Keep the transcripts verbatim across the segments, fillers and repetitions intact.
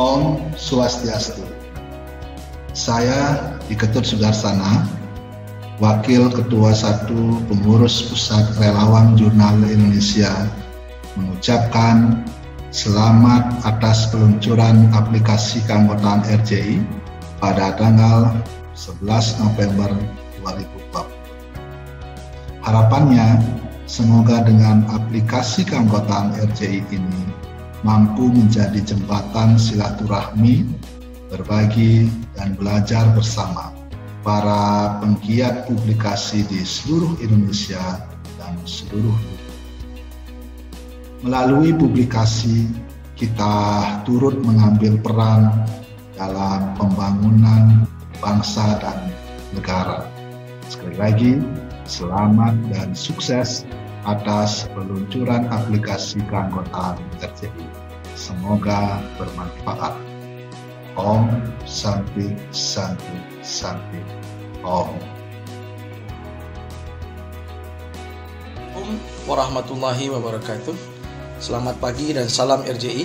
Om Swastiastu. Saya Iketut Sudarsana, Wakil Ketua satu Pengurus Pusat Relawan Jurnal Indonesia, mengucapkan selamat atas peluncuran aplikasi keanggotaan R J I pada tanggal sebelas November dua ribu dua puluh. Harapannya, semoga dengan aplikasi keanggotaan R J I ini mampu menjadi jembatan silaturahmi, berbagi, dan belajar bersama para penggiat publikasi di seluruh Indonesia dan seluruh dunia. Melalui publikasi, kita turut mengambil peran dalam pembangunan bangsa dan negara. Sekali lagi, selamat dan sukses atas peluncuran aplikasi keanggotaan R J I. Semoga bermanfaat. Om Santi Santi Santi Om. Assalamualaikum warahmatullahi wabarakatuh. Selamat pagi dan salam R J I.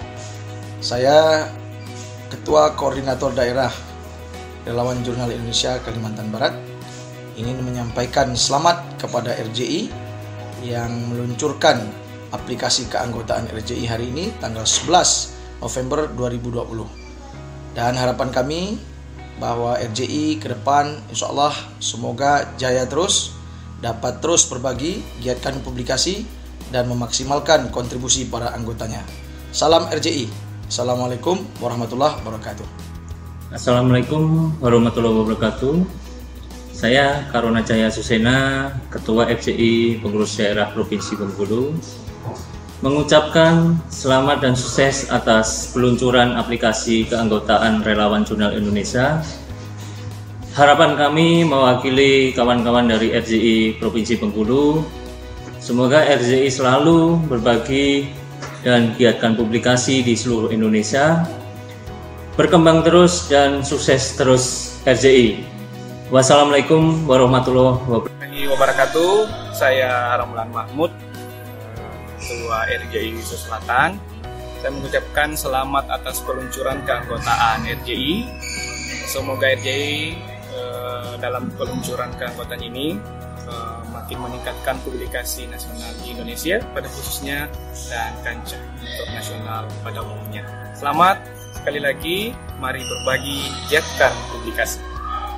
Saya Ketua Koordinator Daerah Relawan Jurnal Indonesia Kalimantan Barat ingin menyampaikan selamat kepada R J I yang meluncurkan aplikasi keanggotaan R J I hari ini tanggal sebelas November dua ribu dua puluh. Dan harapan kami bahwa R J I ke depan insya Allah semoga jaya terus, dapat terus berbagi, giatkan publikasi, dan memaksimalkan kontribusi para anggotanya. Salam R J I. Assalamualaikum warahmatullahi wabarakatuh. Assalamualaikum warahmatullahi wabarakatuh. Saya Karuna Cahya Susena, Ketua F C I Pengurus Daerah Provinsi Bengkulu, mengucapkan selamat dan sukses atas peluncuran aplikasi keanggotaan Relawan Jurnal Indonesia. Harapan kami mewakili kawan-kawan dari R J I Provinsi Bengkulu, semoga R J I selalu berbagi dan giatkan publikasi di seluruh Indonesia, berkembang terus dan sukses terus R J I. Wassalamualaikum warahmatullahi wabarakatuh. Saya Ramlan Mahmud, Ketua R J I Sulawesi Selatan. Saya mengucapkan selamat atas peluncuran keanggotaan R J I. Semoga R J I eh, dalam peluncuran keanggotaan ini eh, makin meningkatkan publikasi nasional di Indonesia pada khususnya dan kancah internasional pada umumnya. Selamat sekali lagi, mari berbagi, giatkan publikasi.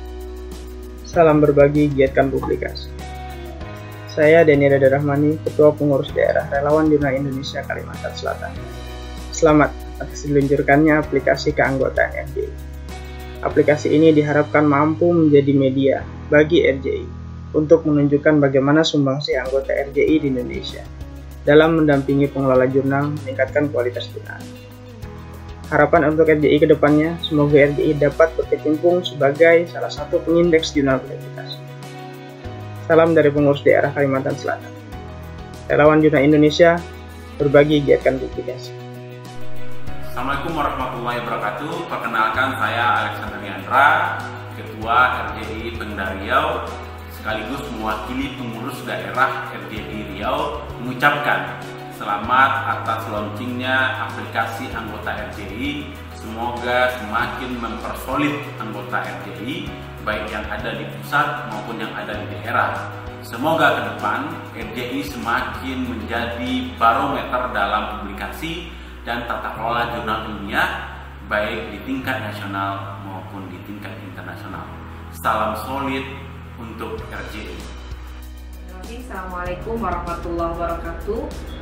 Salam berbagi, giatkan publikasi. Saya Denny Rada Rahmani, Ketua Pengurus Daerah Relawan Jurnal Indonesia Kalimantan Selatan. Selamat atas diluncurkannya aplikasi keanggotaan R J I. Aplikasi ini diharapkan mampu menjadi media bagi R J I untuk menunjukkan bagaimana sumbangsi anggota R J I di Indonesia dalam mendampingi pengelola jurnal meningkatkan kualitas jurnal. Harapan untuk R J I ke depannya, semoga R J I dapat berkecimpung sebagai salah satu pengindeks jurnal publikasi. Salam dari Pengurus Daerah Kalimantan Selatan. Relawan Jurnal Indonesia, berbagi giatkan publikasi. Assalamualaikum warahmatullahi wabarakatuh. Perkenalkan, saya Alexander Yandra, Ketua R J I Pemda Riau, sekaligus mewakili pengurus daerah R J I Riau, mengucapkan selamat atas launchingnya aplikasi anggota R J I. Semoga semakin mempersolid anggota R J I, baik yang ada di pusat maupun yang ada di daerah. Semoga ke depan R J I semakin menjadi barometer dalam publikasi dan tata kelola jurnal ilmiah, baik di tingkat nasional maupun di tingkat internasional. Salam solid untuk R J I. Assalamualaikum warahmatullahi wabarakatuh.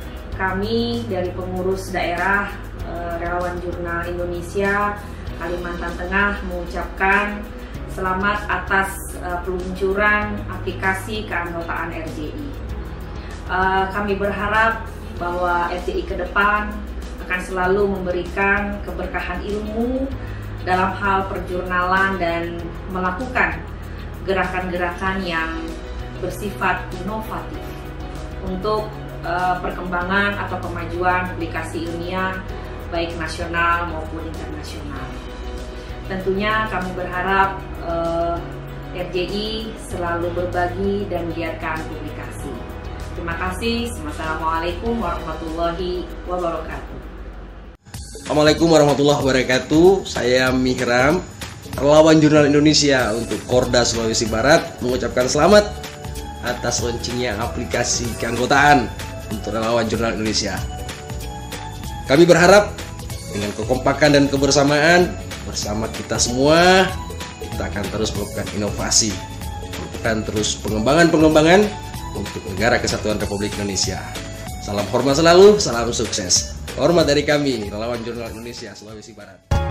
Kami dari pengurus daerah e, Relawan Jurnal Indonesia Kalimantan Tengah mengucapkan selamat atas e, peluncuran aplikasi keanggotaan R J I. E, kami berharap bahwa R J I ke depan akan selalu memberikan keberkahan ilmu dalam hal perjurnalan dan melakukan gerakan-gerakan yang bersifat inovatif untuk uh, perkembangan atau kemajuan publikasi ilmiah baik nasional maupun internasional. Tentunya kami berharap uh, R J I selalu berbagi dan giatkan publikasi. Terima kasih. Wassalamualaikum warahmatullahi wabarakatuh. Assalamualaikum warahmatullahi wabarakatuh. Saya Mihram, relawan Jurnal Indonesia untuk Korda Sulawesi Barat, mengucapkan selamat atas launchingnya aplikasi keanggotaan untuk relawan Jurnal Indonesia. Kami berharap dengan kekompakan dan kebersamaan bersama kita semua, kita akan terus melakukan inovasi, melakukan terus pengembangan-pengembangan untuk negara kesatuan Republik Indonesia. Salam hormat selalu, salam sukses. Hormat dari kami, relawan Jurnal Indonesia Sulawesi Barat.